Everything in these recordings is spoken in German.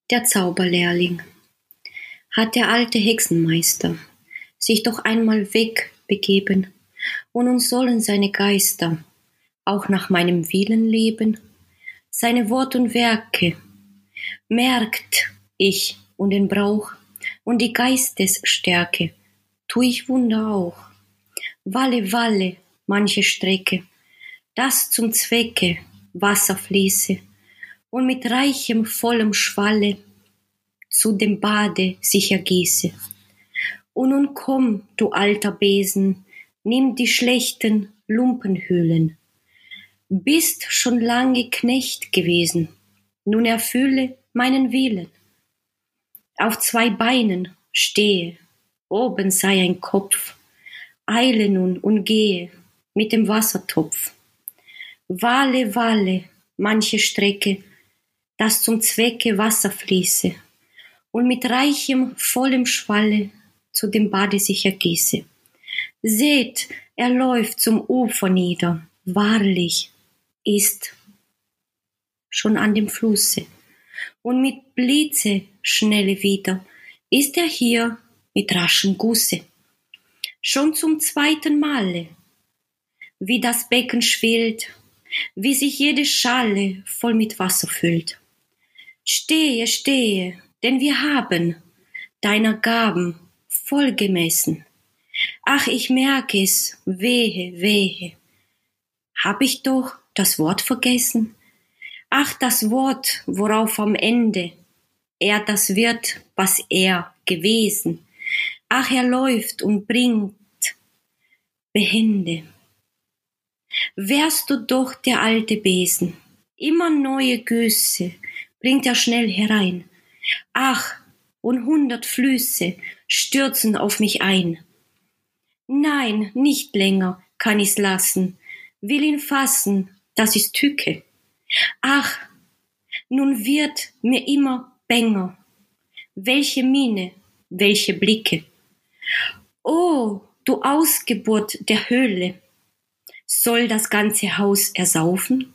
Der Zauberlehrling. Hat der alte Hexenmeister sich doch einmal wegbegeben, und nun sollen seine Geister auch nach meinem Willen leben? Seine Wort und Werke merkt ich und den Brauch und die Geistesstärke tu ich Wunder auch. Walle, Walle, manche Strecke, dass zum Zwecke Wasser fließe und mit reichem, vollem Schwalle zu dem Bade sich ergieße. Und nun komm, du alter Besen, nimm die schlechten Lumpenhüllen. Bist schon lange Knecht gewesen, nun erfülle meinen Willen. Auf 2 Beinen stehe, oben sei ein Kopf, eile nun und gehe mit dem Wassertopf. Walle, Walle, manche Strecke, dass zum Zwecke Wasser fließe und mit reichem, vollem Schwalle zu dem Bade sich ergieße. Seht, er läuft zum Ufer nieder, wahrlich ist schon an dem Flusse, und mit Blitzeschnelle wieder ist er hier mit raschem Gusse. Schon zum 2. Male, wie das Becken schwillt, wie sich jede Schale voll mit Wasser füllt. Stehe, stehe, denn wir haben deiner Gaben voll gemessen. Ach, ich merke es, wehe, wehe. Hab ich doch das Wort vergessen? Ach, das Wort, worauf am Ende er das wird, was er gewesen. Ach, er läuft und bringt behende. Wärst du doch der alte Besen, immer neue Güsse bringt er schnell herein. Ach, und 100 Flüsse stürzen auf mich ein. Nein, nicht länger kann ich's lassen, will ihn fassen, das ist Tücke. Ach, nun wird mir immer bänger. Welche Miene, welche Blicke. Oh, du Ausgeburt der Höhle, soll das ganze Haus ersaufen?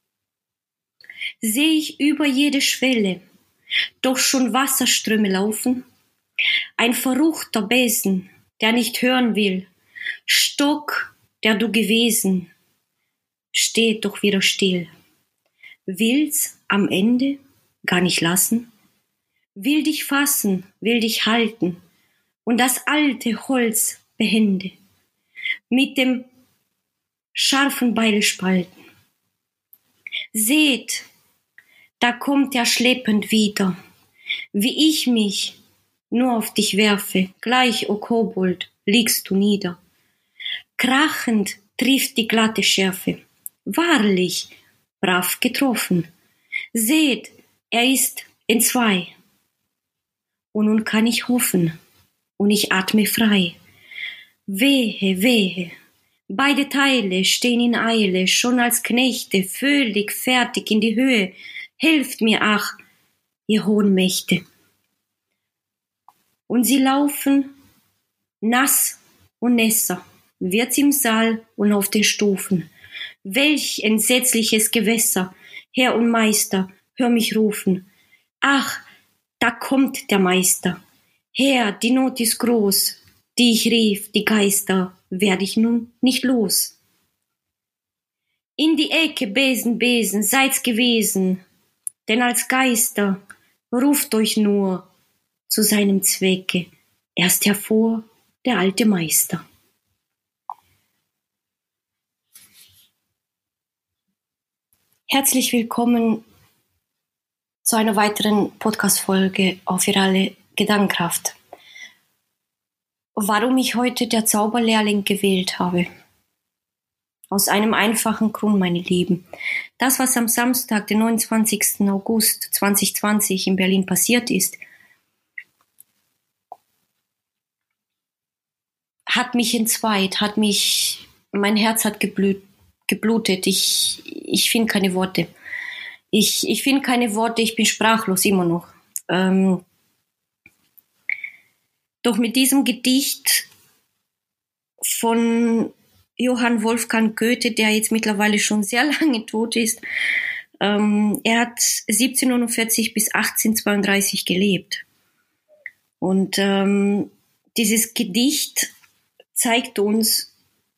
Seh ich über jede Schwelle doch schon Wasserströme laufen? Ein verruchter Besen, der nicht hören will, Stock, der du gewesen, steht doch wieder still. Will's am Ende gar nicht lassen? Will dich fassen, will dich halten und das alte Holz behende, mit dem scharfen Beil spalten. Seht, da kommt er schleppend wieder, wie ich mich nur auf dich werfe, gleich, o Kobold, liegst du nieder. Krachend trifft die glatte Schärfe, wahrlich, brav getroffen. Seht, er ist entzwei. Und nun kann ich hoffen, und ich atme frei. Wehe, wehe, beide Teile stehen in Eile, schon als Knechte, völlig fertig in die Höhe. Helft mir, ach, ihr hohen Mächte. Und sie laufen, nass und nässer, wird's im Saal und auf den Stufen. Welch entsetzliches Gewässer, Herr und Meister, hör mich rufen. Ach, da kommt der Meister. Herr, die Not ist groß, die ich rief, die Geister, werd ich nun nicht los. In die Ecke, Besen, Besen, seid's gewesen, denn als Geister ruft euch nur zu seinem Zwecke erst hervor der alte Meister. Herzlich willkommen zu einer weiteren Podcast-Folge auf Virale Gedankenkraft. Warum ich heute der Zauberlehrling gewählt habe? Aus einem einfachen Grund, meine Lieben. Das, was am Samstag, den 29. August 2020 in Berlin passiert ist, hat mich entzweit, mein Herz hat geblutet. Ich finde keine Worte. Ich finde keine Worte, ich bin sprachlos immer noch. Doch mit diesem Gedicht von Johann Wolfgang Goethe, der jetzt mittlerweile schon sehr lange tot ist, Er hat 1749 bis 1832 gelebt. Und dieses Gedicht zeigt uns,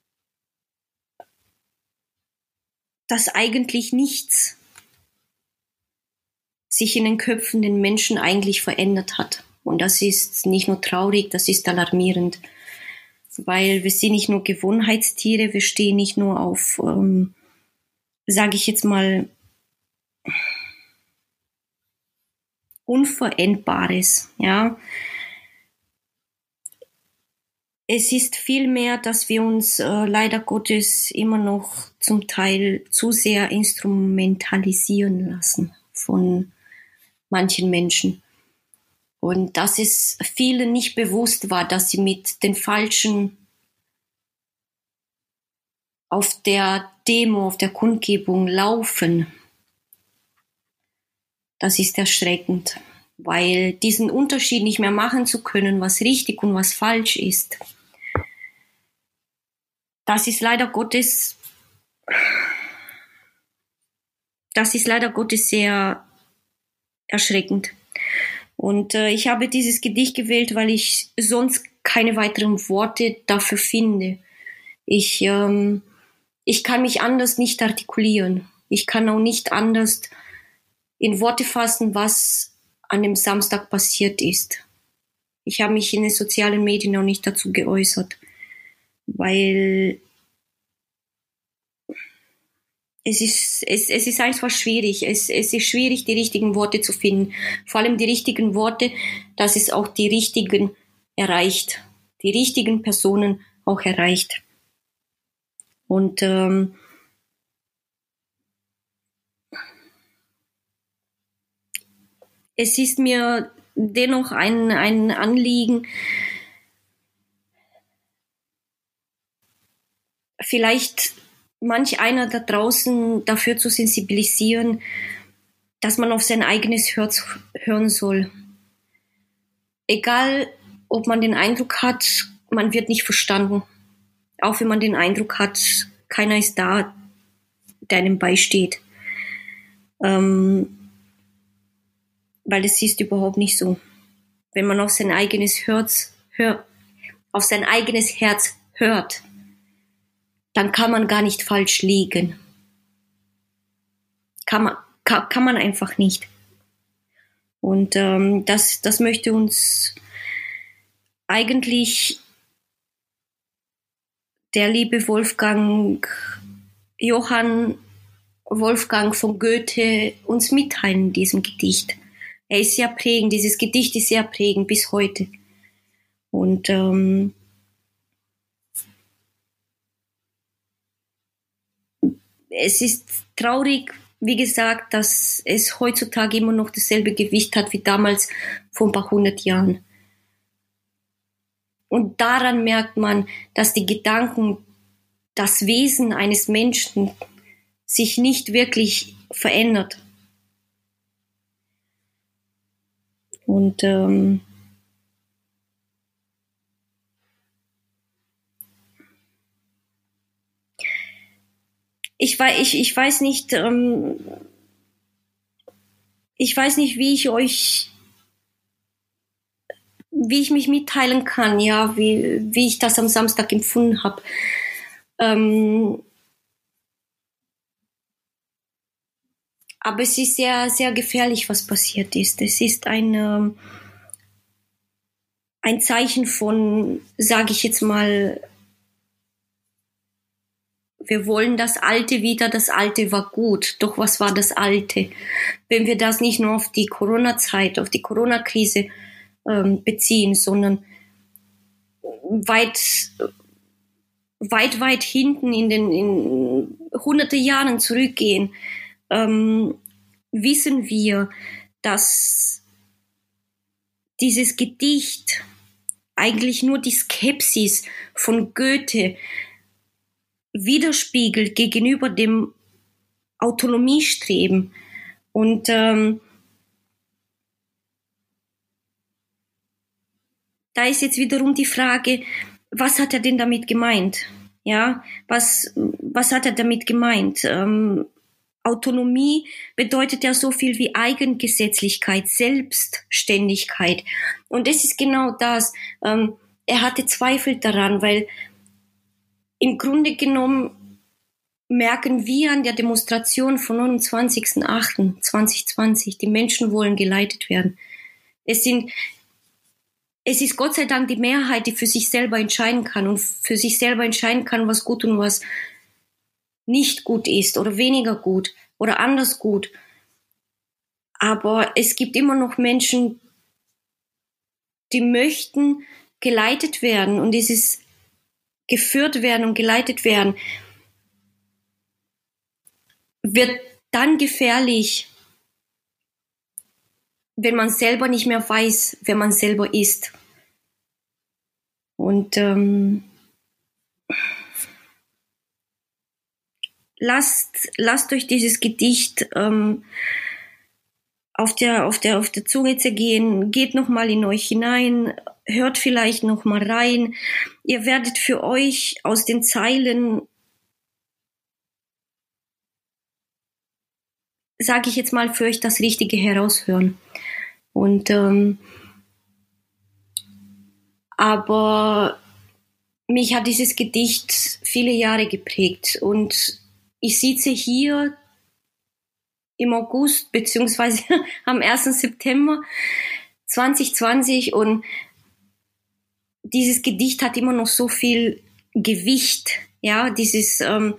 dass eigentlich nichts sich in den Köpfen den Menschen eigentlich verändert hat. Und das ist nicht nur traurig, das ist alarmierend, weil wir sind nicht nur Gewohnheitstiere, wir stehen nicht nur auf, sage ich jetzt mal, Unveränderbares, ja. Es ist vielmehr, dass wir uns leider Gottes immer noch zum Teil zu sehr instrumentalisieren lassen von manchen Menschen. Und dass es vielen nicht bewusst war, dass sie mit den Falschen auf der Demo, auf der Kundgebung laufen. Das ist erschreckend, weil diesen Unterschied nicht mehr machen zu können, was richtig und was falsch ist, das ist leider Gottes sehr erschreckend. Und ich habe dieses Gedicht gewählt, weil ich sonst keine weiteren Worte dafür finde. Ich kann mich anders nicht artikulieren. Ich kann auch nicht anders in Worte fassen, was an dem Samstag passiert ist. Ich habe mich in den sozialen Medien auch nicht dazu geäußert, weil es ist einfach schwierig. Es ist schwierig, die richtigen Worte zu finden. Vor allem die richtigen Worte, dass es auch die richtigen erreicht. Die richtigen Personen auch erreicht. Und es ist mir dennoch ein Anliegen, vielleicht manch einer da draußen dafür zu sensibilisieren, dass man auf sein eigenes Herz hören soll. Egal, ob man den Eindruck hat, man wird nicht verstanden. Auch wenn man den Eindruck hat, keiner ist da, der einem beisteht. Weil es ist überhaupt nicht so. Wenn man auf sein eigenes Herz hört, dann kann man gar nicht falsch liegen. Kann man einfach nicht. Und das möchte uns eigentlich der liebe Johann Wolfgang von Goethe uns mitteilen in diesem Gedicht. Er ist sehr prägend, dieses Gedicht ist sehr prägend bis heute. Und es ist traurig, wie gesagt, dass es heutzutage immer noch dasselbe Gewicht hat wie damals vor ein paar 100 Jahren. Und daran merkt man, dass die Gedanken, das Wesen eines Menschen sich nicht wirklich verändert. Und ich weiß nicht, wie ich mich mitteilen kann, ja, wie ich das am Samstag empfunden habe. Aber es ist sehr, sehr gefährlich, was passiert ist. Es ist ein Zeichen von, sage ich jetzt mal, wir wollen das Alte wieder, das Alte war gut. Doch was war das Alte? Wenn wir das nicht nur auf die Corona-Zeit, auf die Corona-Krise beziehen, sondern weit hinten in hunderte Jahren zurückgehen, wissen wir, dass dieses Gedicht eigentlich nur die Skepsis von Goethe widerspiegelt gegenüber dem Autonomiestreben. Und da ist jetzt wiederum die Frage, was hat er denn damit gemeint? Ja, was hat er damit gemeint? Autonomie bedeutet ja so viel wie Eigengesetzlichkeit, Selbstständigkeit. Und das ist genau das. Er hatte Zweifel daran, weil im Grunde genommen merken wir an der Demonstration vom 29.08.2020, die Menschen wollen geleitet werden. Es ist Gott sei Dank die Mehrheit, die für sich selber entscheiden kann und für sich selber entscheiden kann, was gut und was nicht gut ist oder weniger gut oder anders gut. Aber es gibt immer noch Menschen, die möchten geleitet werden und dieses geführt werden und geleitet werden wird dann gefährlich, wenn man selber nicht mehr weiß, wer man selber ist. Und lasst euch dieses Gedicht auf der Zunge zergehen, geht nochmal in euch hinein, hört vielleicht nochmal rein. Ihr werdet für euch aus den Zeilen, sage ich jetzt mal, für euch das Richtige heraushören. Und aber mich hat dieses Gedicht viele Jahre geprägt und ich sitze hier im August beziehungsweise am 1. September 2020 und dieses Gedicht hat immer noch so viel Gewicht, ja, dieses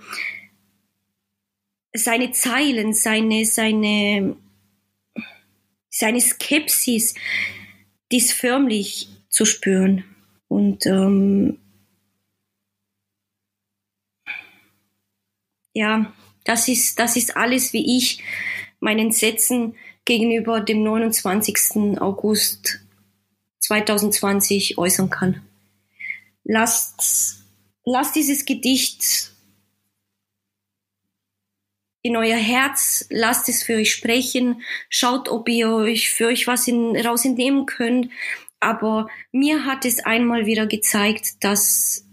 seine Zeilen, seine Skepsis, die ist förmlich zu spüren. Und ja, das ist alles, wie ich mein Entsetzen gegenüber dem 29. August 2020 äußern kann. Lasst dieses Gedicht in euer Herz, lasst es für euch sprechen, schaut, ob ihr euch für euch was raus entnehmen könnt. Aber mir hat es einmal wieder gezeigt, dass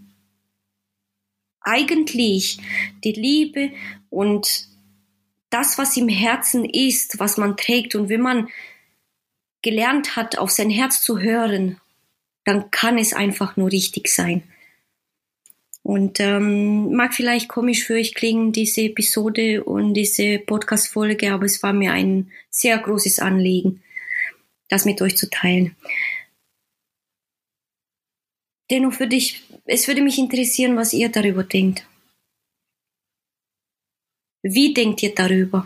eigentlich die Liebe und das, was im Herzen ist, was man trägt und wenn man gelernt hat, auf sein Herz zu hören, dann kann es einfach nur richtig sein. Und mag vielleicht komisch für euch klingen, diese Episode und diese Podcast-Folge, aber es war mir ein sehr großes Anliegen, das mit euch zu teilen. Dennoch es würde mich interessieren, was ihr darüber denkt. Wie denkt ihr darüber?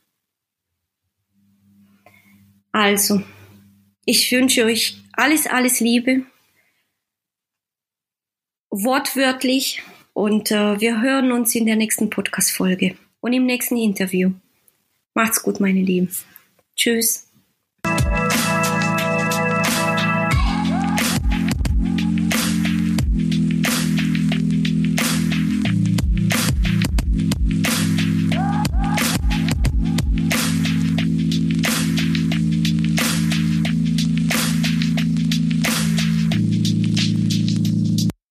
Also, ich wünsche euch alles Liebe, wortwörtlich, und wir hören uns in der nächsten Podcast-Folge und im nächsten Interview. Macht's gut, meine Lieben. Tschüss.